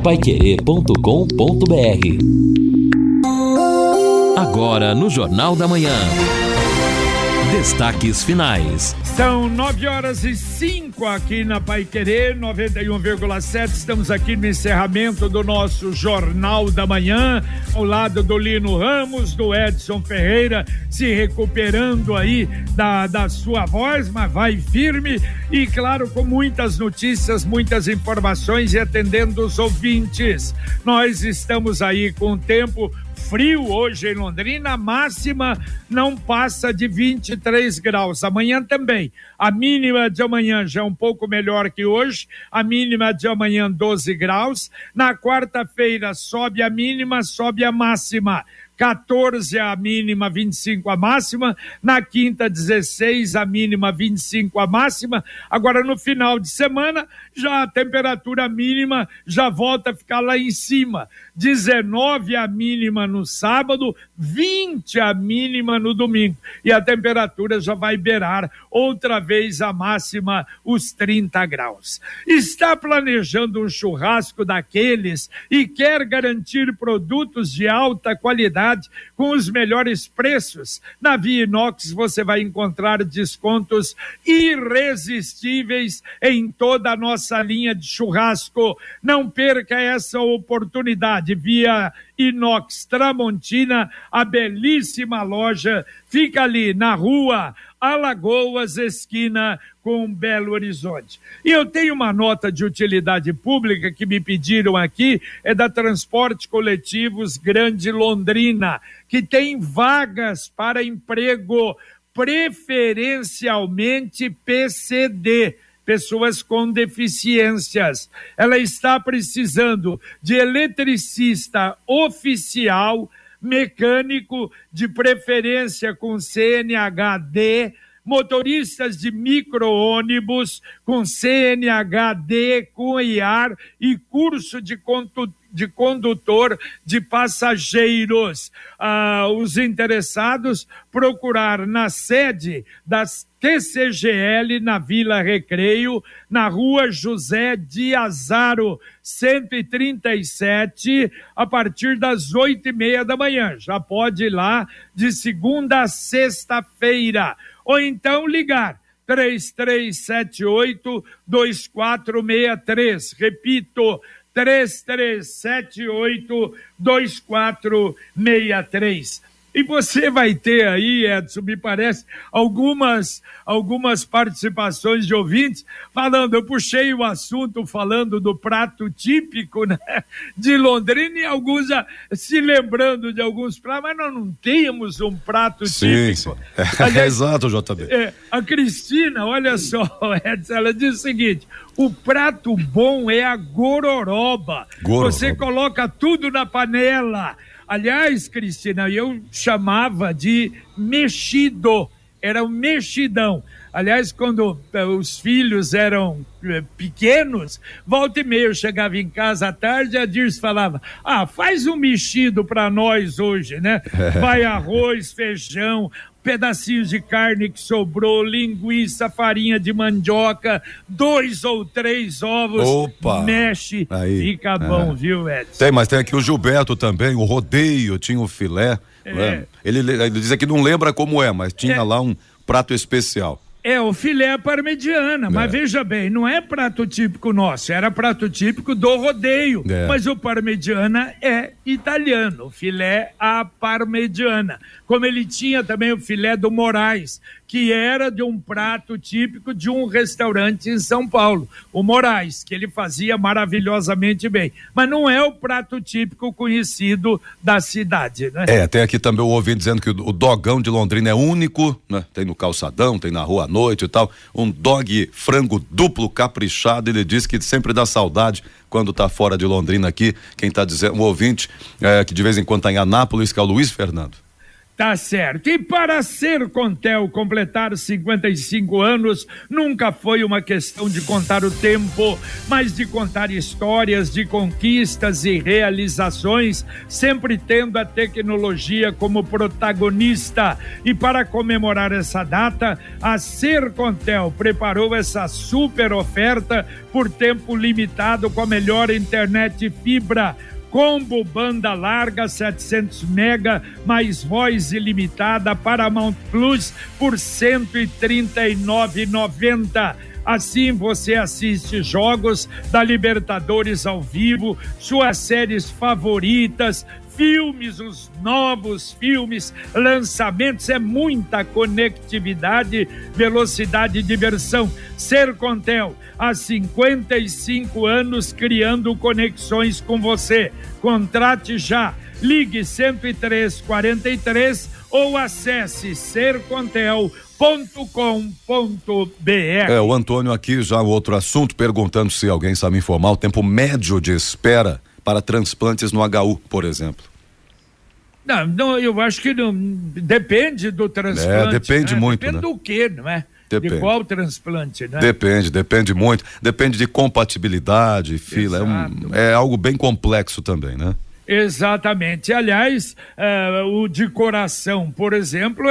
paiquerê.com.br. Agora no Jornal da Manhã. Destaques finais. São 9h05 aqui na Paiquerê 91,7. Estamos aqui no encerramento do nosso Jornal da Manhã, ao lado do Lino Ramos, do Edson Ferreira, se recuperando aí da sua voz, mas vai firme e, claro, com muitas notícias, muitas informações e atendendo os ouvintes. Nós estamos aí com o tempo frio hoje em Londrina, a máxima não passa de 23 graus, amanhã também. A mínima de amanhã já é um pouco melhor que hoje, a mínima de amanhã 12 graus. Na quarta-feira sobe a mínima, sobe a máxima. 14 a mínima, 25 a máxima. Na quinta, 16 a mínima, 25 a máxima. Agora no final de semana, já a temperatura mínima já volta a ficar lá em cima. 19 a mínima no sábado, 20 a mínima no domingo. E a temperatura já vai beirar outra vez a máxima, os 30 graus. Está planejando um churrasco daqueles e quer garantir produtos de alta qualidade com os melhores preços? Na Via Inox você vai encontrar descontos irresistíveis em toda a nossa linha de churrasco. Não perca essa oportunidade. Via Inox Tramontina, a belíssima loja fica ali na rua Alagoas, esquina com Belo Horizonte. E eu tenho uma nota de utilidade pública que me pediram aqui, é da Transporte Coletivos Grande Londrina, que tem vagas para emprego, preferencialmente PCD, pessoas com deficiências. Ela está precisando de eletricista oficial, mecânico, de preferência com CNHD, motoristas de micro-ônibus com CNHD, com IAR e curso de condutor de passageiros. Os interessados procurar na sede das TCGL na Vila Recreio, na rua José de Azaro, 137, a partir das 8h30 da manhã. Já pode ir lá de segunda a sexta-feira. Ou então ligar 3378-2463. Repito, 3378-2463. E você vai ter aí, Edson, me parece, algumas participações de ouvintes falando, eu puxei o assunto falando do prato típico, né, de Londrina, e alguns já se lembrando de alguns pratos, mas nós não temos um prato típico. Sim. Aliás, exato, JB. A Cristina, olha só, Edson, ela diz o seguinte: o prato bom é a gororoba. Você coloca tudo na panela. Aliás, Cristina, eu chamava de mexido, era um mexidão. Aliás, quando os filhos eram pequenos, volta e meia eu chegava em casa à tarde e a Dirce falava, faz um mexido para nós hoje, né? Vai arroz, feijão, pedacinhos de carne que sobrou, linguiça, farinha de mandioca, 2 ou 3 ovos. Opa, mexe, aí, fica bom, viu, Edson? Mas tem aqui o Gilberto também, o rodeio, tinha o filé. Né? Ele diz aqui, não lembra como mas tinha lá um prato especial. O filé parmegiana, mas veja bem, não é prato típico nosso, era prato típico do rodeio, mas o parmegiana é italiano, o filé à parmegiana, como ele tinha também o filé do Moraes, que era de um prato típico de um restaurante em São Paulo, o Moraes, que ele fazia maravilhosamente bem, mas não é o prato típico conhecido da cidade, né? Tem aqui também o ouvinte dizendo que o dogão de Londrina é único, né? Tem no calçadão, tem na rua à noite e tal, um dog frango duplo caprichado, ele diz que sempre dá saudade quando tá fora de Londrina aqui, quem tá dizendo, um ouvinte que de vez em quando tá em Anápolis, que é o Luiz Fernando. Tá certo. E para a Sercontel completar 55 anos, nunca foi uma questão de contar o tempo, mas de contar histórias de conquistas e realizações, sempre tendo a tecnologia como protagonista. E para comemorar essa data, a Sercontel preparou essa super oferta por tempo limitado com a melhor internet fibra. Combo banda larga 700 mega mais voz ilimitada Paramount Plus por R$ 139,90. Assim você assiste jogos da Libertadores ao vivo, suas séries favoritas, filmes, os novos filmes, lançamentos, é muita conectividade, velocidade e diversão. Sercontel, há 55 anos criando conexões com você. Contrate já, ligue 10343 ou acesse sercontel.com.br. O Antônio aqui, já outro assunto, perguntando se alguém sabe informar o tempo médio de espera para transplantes no HU, por exemplo. Não, eu acho que não, depende do transplante. Depende, né? Muito, depende, né? do quê, não é? Depende. De qual transplante, né? Depende muito. Depende de compatibilidade, fila. É algo bem complexo também, né? Exatamente. Aliás, o de coração, por exemplo,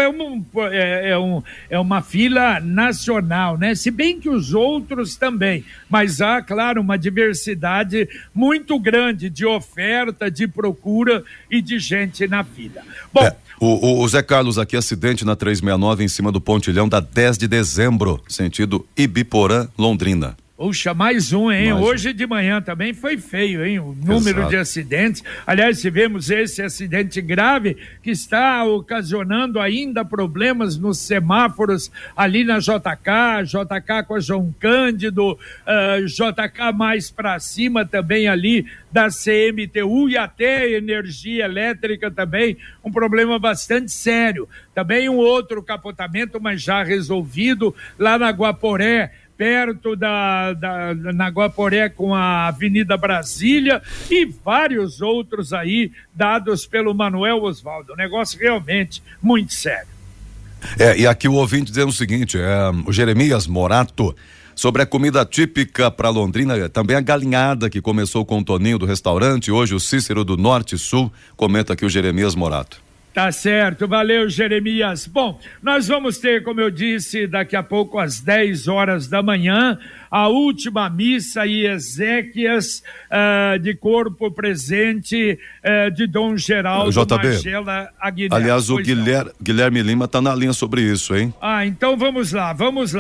é uma fila nacional, né? Se bem que os outros também, mas há, claro, uma diversidade muito grande de oferta, de procura e de gente na fila. Bom, o Zé Carlos aqui, acidente na 369 em cima do Pontilhão da 10 de dezembro, sentido Ibiporã, Londrina. Puxa, mais um, hein? Hoje de manhã também foi feio, hein? O número de acidentes. Aliás, tivemos esse acidente grave que está ocasionando ainda problemas nos semáforos ali na JK com a João Cândido, JK mais para cima também ali da CMTU e até energia elétrica também, um problema bastante sério. Também um outro capotamento, mas já resolvido, lá na Guaporé, perto na Guaporé com a Avenida Brasília e vários outros aí dados pelo Manuel Osvaldo. Um negócio realmente muito sério. E aqui o ouvinte dizendo o seguinte, o Jeremias Morato, sobre a comida típica para Londrina, também a galinhada que começou com o Toninho do restaurante, hoje o Cícero do Norte e Sul, comenta aqui o Jeremias Morato. Tá certo, valeu, Jeremias. Bom, nós vamos ter, como eu disse, daqui a pouco às 10 horas da manhã, a última missa e exéquias de corpo presente de Dom Geraldo Magela Aguilera. Aliás, o Guilherme Lima está na linha sobre isso, hein? Então vamos lá,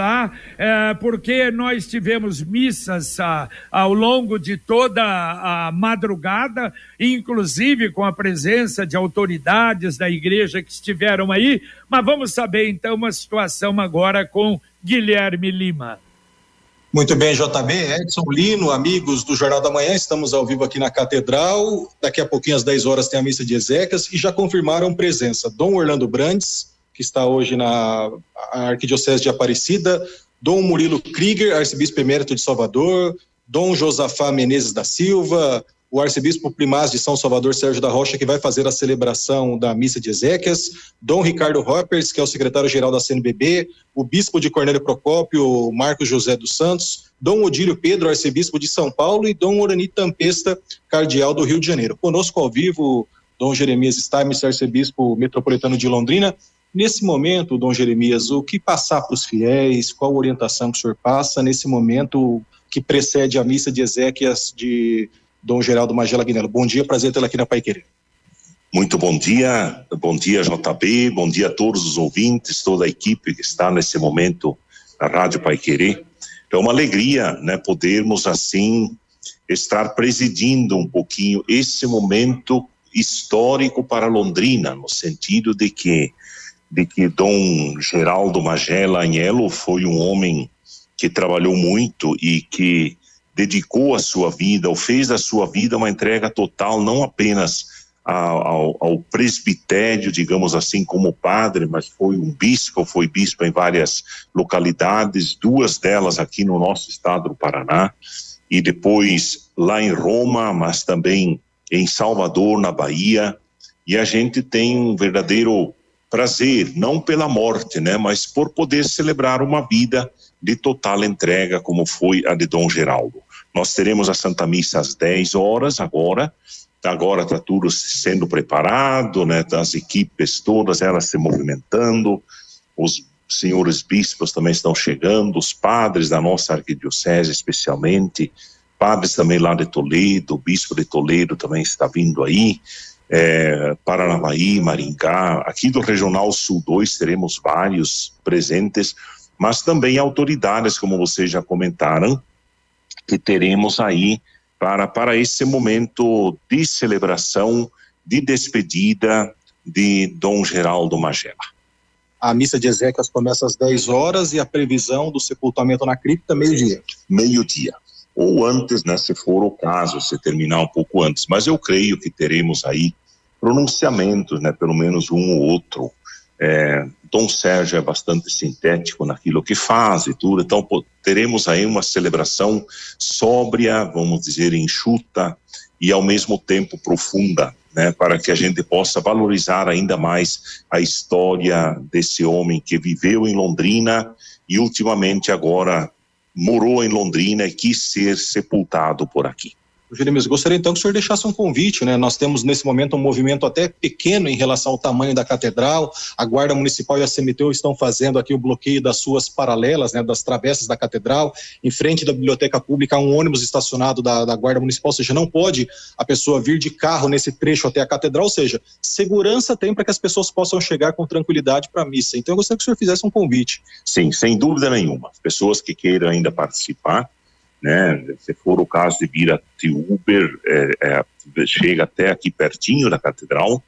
porque nós tivemos missas ao longo de toda a madrugada, inclusive com a presença de autoridades da igreja que estiveram aí, mas vamos saber então uma situação agora com Guilherme Lima. Muito bem, JB, Edson Lino, amigos do Jornal da Manhã, estamos ao vivo aqui na Catedral, daqui a pouquinho às 10 horas tem a missa de exéquias e já confirmaram presença Dom Orlando Brandes, que está hoje na Arquidiocese de Aparecida, Dom Murilo Krieger, arcebispo emérito de Salvador, Dom Josafá Menezes da Silva, o arcebispo primaz de São Salvador, Sérgio da Rocha, que vai fazer a celebração da missa de exéquias, Dom Ricardo Hoppers, que é o secretário-geral da CNBB, o bispo de Cornélio Procópio, Marcos José dos Santos, Dom Odílio Pedro, arcebispo de São Paulo, e Dom Orani Tampesta, cardeal do Rio de Janeiro. Conosco ao vivo, Dom Jeremias Stames, arcebispo metropolitano de Londrina. Nesse momento, Dom Jeremias, o que passar para os fiéis, qual orientação que o senhor passa nesse momento que precede a missa de exéquias de Dom Geraldo Magela Aguilera? Bom dia, prazer tê-lo aqui na Paiquerê. Muito bom dia JB, bom dia a todos os ouvintes, toda a equipe que está nesse momento na Rádio Paiquerê. É uma alegria, né, podermos assim estar presidindo um pouquinho esse momento histórico para Londrina, no sentido de que Dom Geraldo Magela Agnello foi um homem que trabalhou muito e que dedicou a sua vida, ou fez da sua vida uma entrega total, não apenas ao presbitério, digamos assim, como padre, mas foi bispo em várias localidades, 2 delas aqui no nosso estado do Paraná, e depois lá em Roma, mas também em Salvador, na Bahia, e a gente tem um verdadeiro prazer, não pela morte, né? Mas por poder celebrar uma vida de total entrega, como foi a de Dom Geraldo. Nós teremos a Santa Missa às 10 horas agora está tudo sendo preparado, né? As equipes todas, elas se movimentando, os senhores bispos também estão chegando, os padres da nossa arquidiocese especialmente, padres também lá de Toledo, o bispo de Toledo também está vindo aí, Paranavaí, Maringá, aqui do Regional Sul 2 teremos vários presentes, mas também autoridades, como vocês já comentaram, que teremos aí para esse momento de celebração, de despedida de Dom Geraldo Magela. A missa de exéquias começa às 10 horas e a previsão do sepultamento na cripta, meio-dia. Meio-dia. Ou antes, né, se for o caso, se terminar um pouco antes. Mas eu creio que teremos aí pronunciamentos, né, pelo menos um ou outro. Dom Sérgio é bastante sintético naquilo que faz e tudo, então teremos aí uma celebração sóbria, vamos dizer, enxuta e ao mesmo tempo profunda, né, para que a gente possa valorizar ainda mais a história desse homem que viveu em Londrina e ultimamente agora morou em Londrina e quis ser sepultado por aqui. Jeremias, gostaria então que o senhor deixasse um convite, né? Nós temos nesse momento um movimento até pequeno em relação ao tamanho da catedral, a Guarda Municipal e a CMTU estão fazendo aqui o bloqueio das suas paralelas, né? Das travessas da catedral, em frente da Biblioteca Pública, há um ônibus estacionado da Guarda Municipal, ou seja, não pode a pessoa vir de carro nesse trecho até a catedral, ou seja, segurança tem para que as pessoas possam chegar com tranquilidade para a missa. Então eu gostaria que o senhor fizesse um convite. Sim, sem dúvida nenhuma. As pessoas que queiram ainda participar, né? Se for o caso de vir de Uber, chega até aqui pertinho da catedral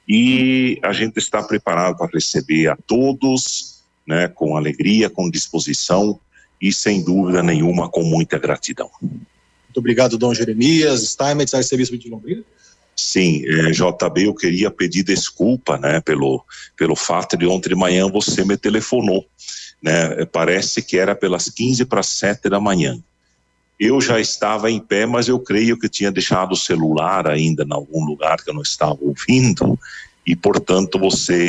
e a gente está preparado para receber a todos, né? Com alegria, com disposição e sem dúvida nenhuma com muita gratidão. Muito obrigado, Dom Jeremias Steinmetz, arcebispo de Londrina. Sim, JB, eu queria pedir desculpa, né? Pelo fato de ontem de manhã você me telefonou, né? Parece que era pelas 6:45 da manhã. Eu já estava em pé, mas eu creio que tinha deixado o celular ainda em algum lugar que eu não estava ouvindo e, portanto,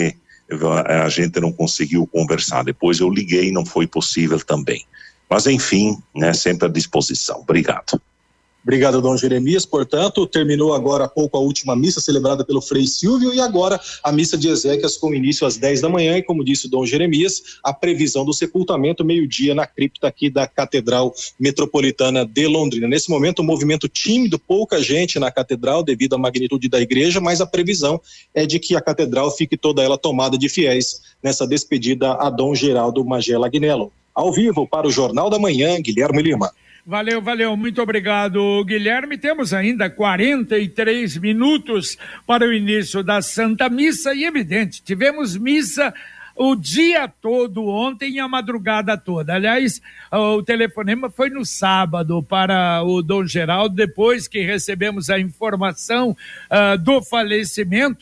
a gente não conseguiu conversar. Depois eu liguei e não foi possível também. Mas, enfim, né, sempre à disposição. Obrigado. Obrigado, Dom Jeremias. Portanto, terminou agora há pouco a última missa celebrada pelo Frei Silvio e agora a missa de exéquias com início às 10 da manhã e, como disse o Dom Jeremias, a previsão do sepultamento meio-dia na cripta aqui da Catedral Metropolitana de Londrina. Nesse momento, um movimento tímido, pouca gente na catedral devido à magnitude da igreja, mas a previsão é de que a catedral fique toda ela tomada de fiéis nessa despedida a Dom Geraldo Magela Agnello. Ao vivo para o Jornal da Manhã, Guilherme Lima. Valeu, muito obrigado, Guilherme. Temos ainda 43 minutos para o início da Santa Missa e, evidente, tivemos missa o dia todo ontem e a madrugada toda. Aliás, o telefonema foi no sábado para o Dom Geraldo, depois que recebemos a informação do falecimento,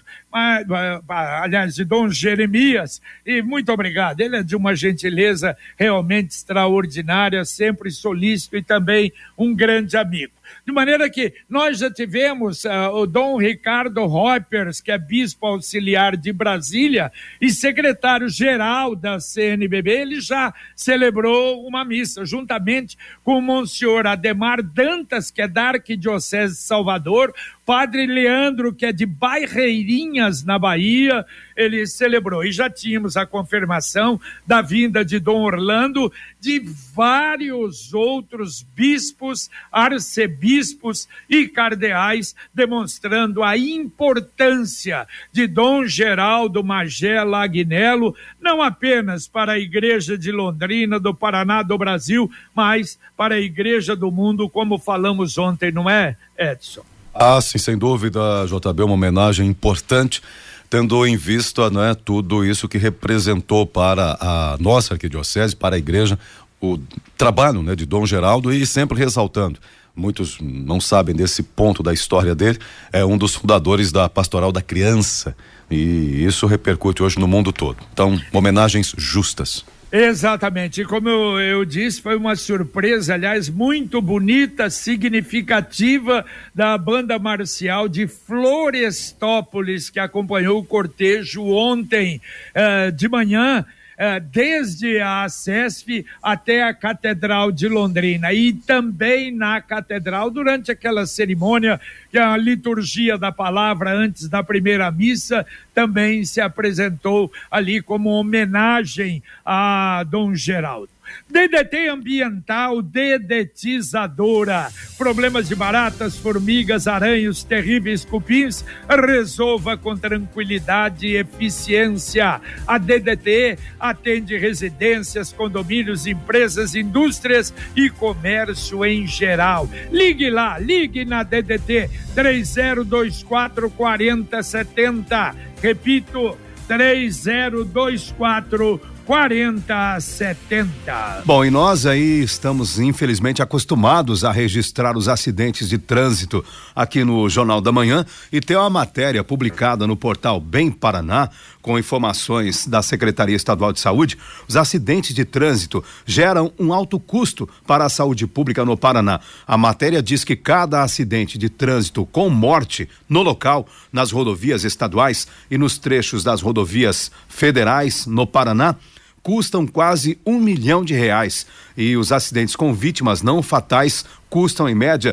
aliás, de Dom Jeremias, e muito obrigado, ele é de uma gentileza realmente extraordinária, sempre solícito e também um grande amigo. De maneira que nós já tivemos o Dom Ricardo Hoppers, que é bispo auxiliar de Brasília e secretário-geral da CNBB, ele já celebrou uma missa, juntamente com o Monsenhor Ademar Dantas, que é da Arquidiocese de Salvador, Padre Leandro, que é de Barreirinhas, na Bahia, ele celebrou. E já tínhamos a confirmação da vinda de Dom Orlando, de vários outros bispos, arcebispos e cardeais, demonstrando a importância de Dom Geraldo Magela Agnello, não apenas para a Igreja de Londrina, do Paraná, do Brasil, mas para a Igreja do mundo, como falamos ontem, não é, Edson? Ah, sim, sem dúvida, JB, uma homenagem importante, tendo em vista, né, tudo isso que representou para a nossa arquidiocese, para a igreja, o trabalho, né, de Dom Geraldo, e sempre ressaltando, muitos não sabem desse ponto da história dele, é um dos fundadores da Pastoral da Criança, e isso repercute hoje no mundo todo. Então, homenagens justas. Exatamente, como eu disse, foi uma surpresa, aliás, muito bonita, significativa da banda marcial de Florestópolis, que acompanhou o cortejo ontem de manhã, desde a SESF até a Catedral de Londrina, e também na Catedral, durante aquela cerimônia, que a liturgia da palavra antes da primeira missa, também se apresentou ali como homenagem a Dom Geraldo. DDT ambiental dedetizadora. Problemas de baratas, formigas, aranhas, terríveis cupins, resolva com tranquilidade e eficiência. A DDT atende residências, condomínios, empresas, indústrias e comércio em geral. Ligue lá, ligue na DDT 3024 4070. Repito, 3024 4070. Bom, e nós aí estamos infelizmente acostumados a registrar os acidentes de trânsito aqui no Jornal da Manhã, e tem uma matéria publicada no portal Bem Paraná com informações da Secretaria Estadual de Saúde. Os acidentes de trânsito geram um alto custo para a saúde pública no Paraná. A matéria diz que cada acidente de trânsito com morte no local, nas rodovias estaduais e nos trechos das rodovias federais no Paraná, custam quase R$1 milhão, e os acidentes com vítimas não fatais custam em média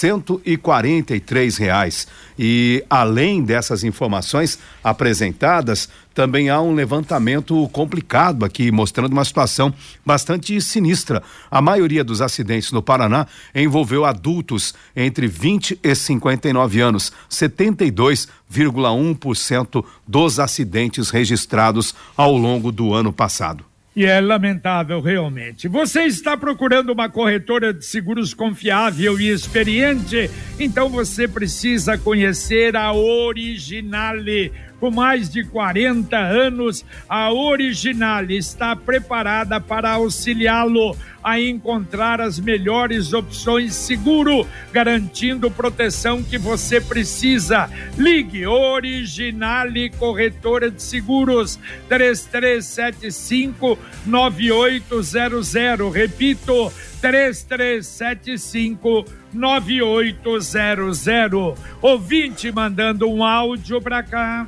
R$143. E além dessas informações apresentadas, também há um levantamento complicado aqui, mostrando uma situação bastante sinistra. A maioria dos acidentes no Paraná envolveu adultos entre 20 e 59 anos, 72,1% dos acidentes registrados ao longo do ano passado. E é lamentável, realmente. Você está procurando uma corretora de seguros confiável e experiente? Então você precisa conhecer a Originale. Com mais de 40 anos, a Originale está preparada para auxiliá-lo a encontrar as melhores opções seguro, garantindo proteção que você precisa. Ligue Originale Corretora de Seguros, 3375-9800. Repito, 3375-9800. Ouvinte mandando um áudio para cá.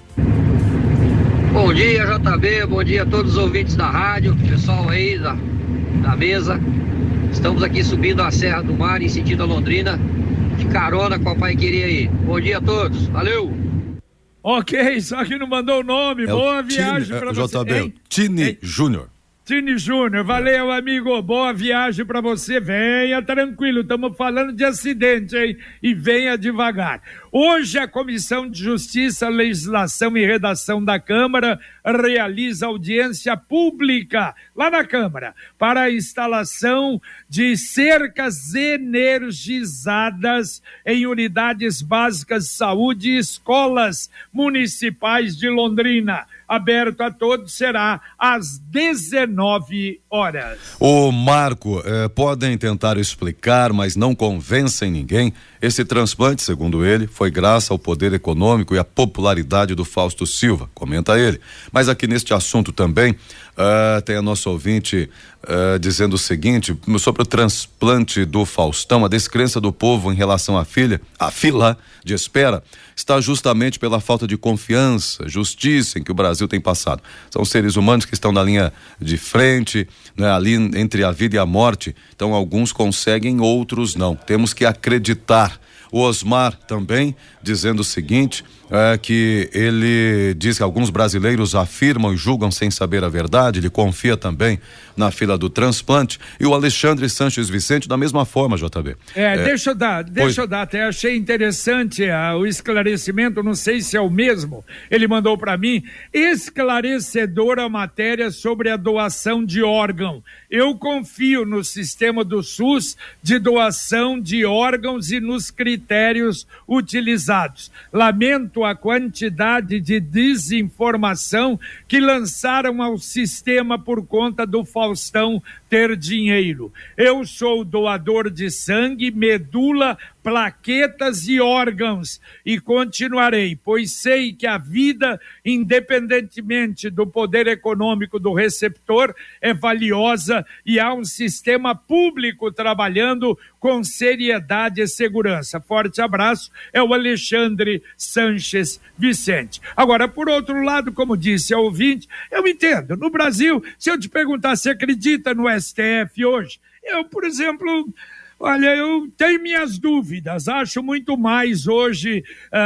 Bom dia, JB, bom dia a todos os ouvintes da rádio, pessoal aí da mesa. Estamos aqui subindo a Serra do Mar em sentido a Londrina, de carona com a Paiquerê aí. Bom dia a todos, valeu! Ok, só que não mandou o nome. Boa viagem para você. JB, Tini Júnior. Tini Júnior, valeu, amigo, boa viagem pra você, venha tranquilo, estamos falando de acidente, hein, e venha devagar. Hoje a Comissão de Justiça, Legislação e Redação da Câmara realiza audiência pública lá na Câmara para a instalação de cercas energizadas em unidades básicas de saúde e escolas municipais de Londrina. Aberto a todos, será às 19 horas. O Marco, podem tentar explicar, mas não convencem ninguém. Esse transplante, segundo ele, foi graças ao poder econômico e à popularidade do Fausto Silva, comenta ele. Mas aqui neste assunto também, tem a nossa ouvinte dizendo o seguinte, sobre o transplante do Faustão, a descrença do povo em relação à fila de espera, está justamente pela falta de confiança, justiça em que o Brasil tem passado. São seres humanos que estão na linha de frente, né, ali entre a vida e a morte. Então alguns conseguem, outros não. Temos que acreditar. O Osmar também dizendo o seguinte, que ele diz que alguns brasileiros afirmam e julgam sem saber a verdade, ele confia também na fila do transplante. E o Alexandre Sanches Vicente da mesma forma, JB. Deixa eu dar, até achei interessante o esclarecimento, não sei se é o mesmo, ele mandou para mim, esclarecedora matéria sobre a doação de órgão. Eu confio no sistema do SUS de doação de órgãos e nos critérios utilizados. Lamento lamento a quantidade de desinformação que lançaram ao sistema por conta do Faustão ter dinheiro. Eu sou doador de sangue, medula, plaquetas e órgãos e continuarei, pois sei que a vida, independentemente do poder econômico do receptor, é valiosa e há um sistema público trabalhando com seriedade e segurança. Forte abraço, é o Alexandre Sanches Vicente. Agora, por outro lado, como disse a ouvinte, eu entendo, no Brasil, se eu te perguntar se acredita no STF hoje, eu, por exemplo... Olha, eu tenho minhas dúvidas, acho muito mais hoje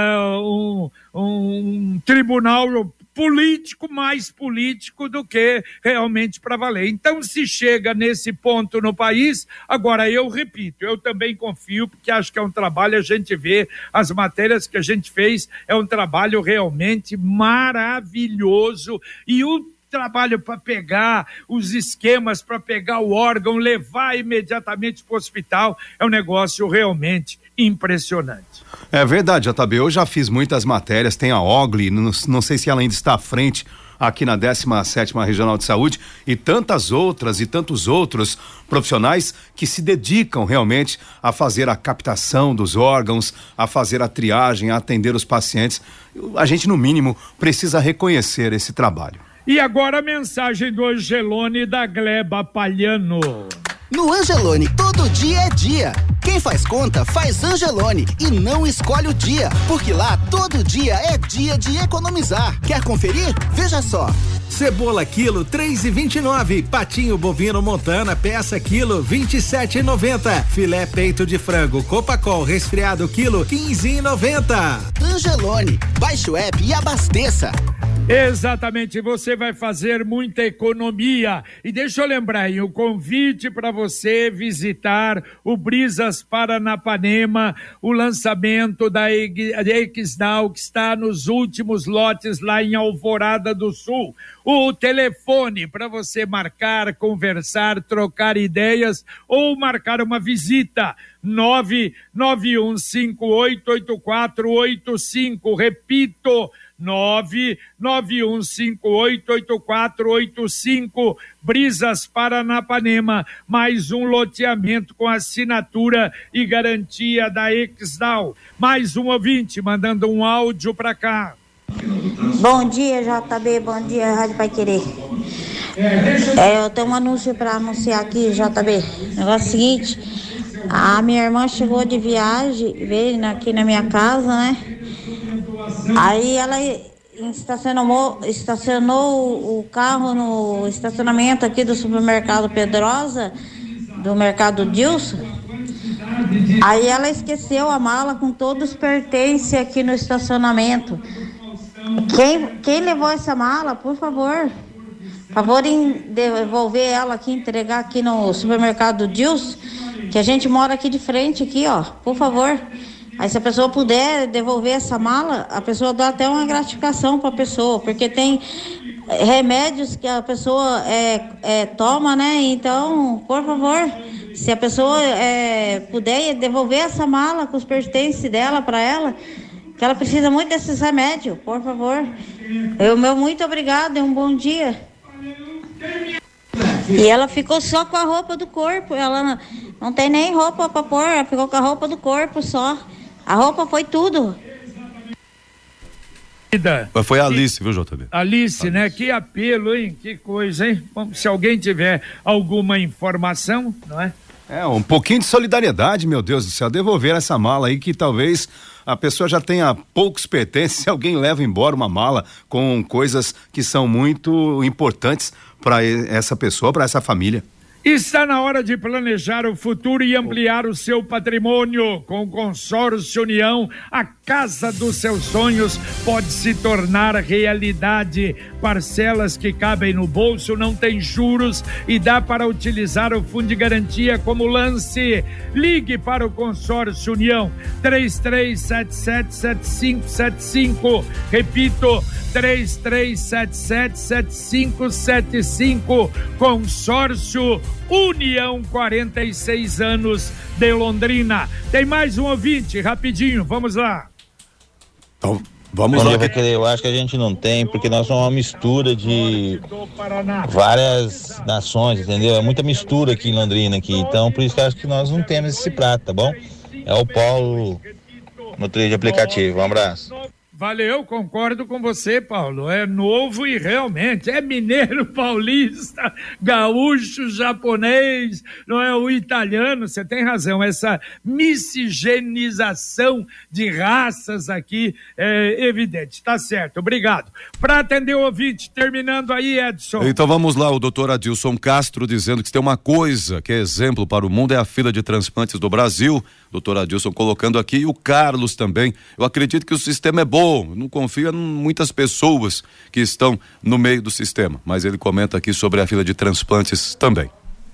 um tribunal político, mais político do que realmente para valer. Então, se chega nesse ponto no país, agora eu repito, eu também confio, porque acho que é um trabalho, a gente vê as matérias que a gente fez, é um trabalho realmente maravilhoso e o trabalho para pegar os esquemas, para pegar o órgão, levar imediatamente para o hospital, é um negócio realmente impressionante. É verdade, JB, eu já fiz muitas matérias, tem a Ogli, não sei se ela ainda está à frente aqui na 17ª Regional de Saúde e tantas outras e tantos outros profissionais que se dedicam realmente a fazer a captação dos órgãos, a fazer a triagem, a atender os pacientes. A gente, no mínimo, precisa reconhecer esse trabalho. E agora a mensagem do Angelone da Gleba Palhano. No Angelone, todo dia é dia. Quem faz conta, faz Angelone e não escolhe o dia, porque lá todo dia é dia de economizar. Quer conferir? Veja só. Cebola quilo 3,29. Patinho bovino Montana peça quilo 27,90. Filé peito de frango Copacol resfriado quilo 15,90. Angelone, baixe o app e abasteça. Exatamente, você vai fazer muita economia. E deixa eu lembrar aí, o convite para você visitar o Brisas Paranapanema, o lançamento da Exdal, que está nos últimos lotes lá em Alvorada do Sul. O telefone para você marcar, conversar, trocar ideias ou marcar uma visita, 991588485, repito, 991588485, Brisas Paranapanema, mais um loteamento com assinatura e garantia da Exdal. Mais um ouvinte mandando um áudio para cá. Bom dia, JB, bom dia, Rádio Paiquerê. Eu tenho um anúncio para anunciar aqui, JB. O negócio é o seguinte, a minha irmã chegou de viagem, veio aqui na minha casa, né? Aí ela estacionou o carro no estacionamento aqui do supermercado Pedrosa, do mercado Dilson. Aí ela esqueceu a mala com todos os pertences aqui no estacionamento. Quem levou essa mala, por favor em devolver ela aqui, entregar aqui no supermercado Dilson, que a gente mora aqui de frente aqui, ó, por favor. Aí se a pessoa puder devolver essa mala, a pessoa dá até uma gratificação para a pessoa, porque tem remédios que a pessoa toma, né? Então, por favor, se a pessoa puder devolver essa mala com os pertences dela para ela, que ela precisa muito desses remédios, por favor. Muito obrigada e um bom dia. E ela ficou só com a roupa do corpo, ela não tem nem roupa para pôr, ela ficou com a roupa do corpo só. A roupa foi tudo. Mas foi a Alice, viu, JB? Alice, né? Que apelo, hein? Que coisa, hein? Bom, se alguém tiver alguma informação, não é? Um pouquinho de solidariedade, meu Deus do céu, devolver essa mala aí que talvez a pessoa já tenha poucos pertences, se alguém leva embora uma mala com coisas que são muito importantes para essa pessoa, para essa família. Está na hora de planejar o futuro e ampliar o seu patrimônio. Com o Consórcio União, a casa dos seus sonhos pode se tornar realidade. Parcelas que cabem no bolso, não tem juros e dá para utilizar o fundo de garantia como lance. Ligue para o Consórcio União, 33777575. Repito, 33777575. Consórcio União, 46 anos de Londrina. Tem mais um ouvinte, rapidinho, vamos lá. Vamos lá. Eu acho que a gente não tem, porque nós somos uma mistura de várias nações, entendeu? É muita mistura aqui em Londrina, então por isso que eu acho que nós não temos esse prato, tá bom? É o Paulo, motorista de aplicativo. Um abraço. Valeu, concordo com você, Paulo. É novo e realmente é mineiro, paulista, gaúcho, japonês, não é o italiano. Você tem razão, essa miscigenização de raças aqui é evidente. Tá certo, obrigado. Para atender o ouvinte, terminando aí, Edson. Então vamos lá, o doutor Adilson Castro dizendo que se tem uma coisa que é exemplo para o mundo é a fila de transplantes do Brasil. Doutor Adilson colocando aqui, e o Carlos também. Eu acredito que o sistema é bom, não confio em muitas pessoas que estão no meio do sistema, mas ele comenta aqui sobre a fila de transplantes também.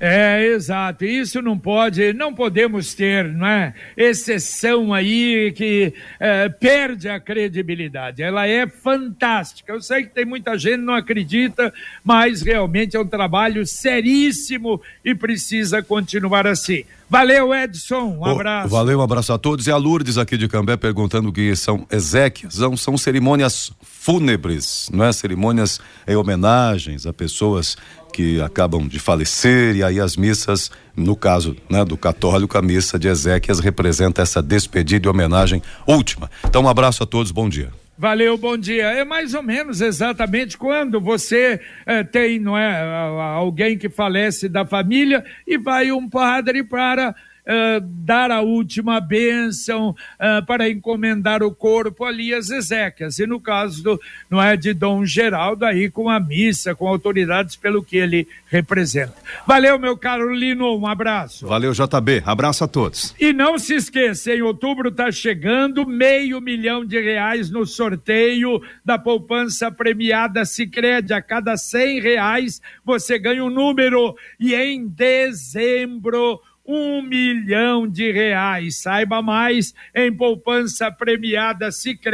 Exato, isso não podemos ter, não é? Exceção aí que perde a credibilidade, ela é fantástica, eu sei que tem muita gente que não acredita, mas realmente é um trabalho seríssimo e precisa continuar assim. Valeu, Edson, um abraço. Valeu, um abraço a todos. E a Lourdes aqui de Cambé perguntando o que são exéquias. São cerimônias fúnebres, não é? Cerimônias em homenagens a pessoas que acabam de falecer, e aí as missas, no caso, né, do católico, a missa de exéquias representa essa despedida e homenagem última. Então, um abraço a todos, bom dia. Valeu, bom dia. É mais ou menos exatamente quando você tem, não é, alguém que falece da família e vai um padre para dar a última bênção, para encomendar o corpo ali às exéquias. E no caso não é de Dom Geraldo, aí com a missa, com autoridades pelo que ele representa. Valeu, meu caro Lino, um abraço. Valeu, JB, abraço a todos. E não se esqueça, em outubro está chegando R$500 mil no sorteio da poupança premiada Sicredi. A cada R$100 você ganha um número, e em dezembro R$1 milhão. Saiba mais em poupança premiada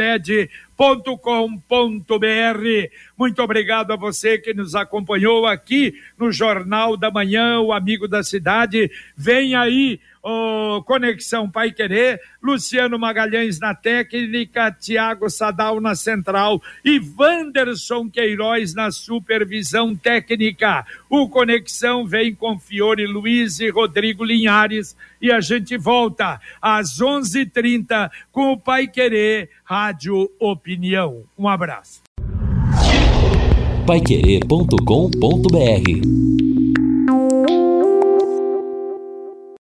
Sicredi.com.br. Muito obrigado a você que nos acompanhou aqui no Jornal da Manhã, o Amigo da Cidade. Vem aí Conexão Paiquerê, Luciano Magalhães na técnica, Tiago Sadal na central e Wanderson Queiroz na supervisão técnica. O Conexão vem com Fiore Luiz e Rodrigo Linhares, e a gente volta às 11h30 com o Paiquerê Rádio Opinião. Um abraço. Paiquerê.com.br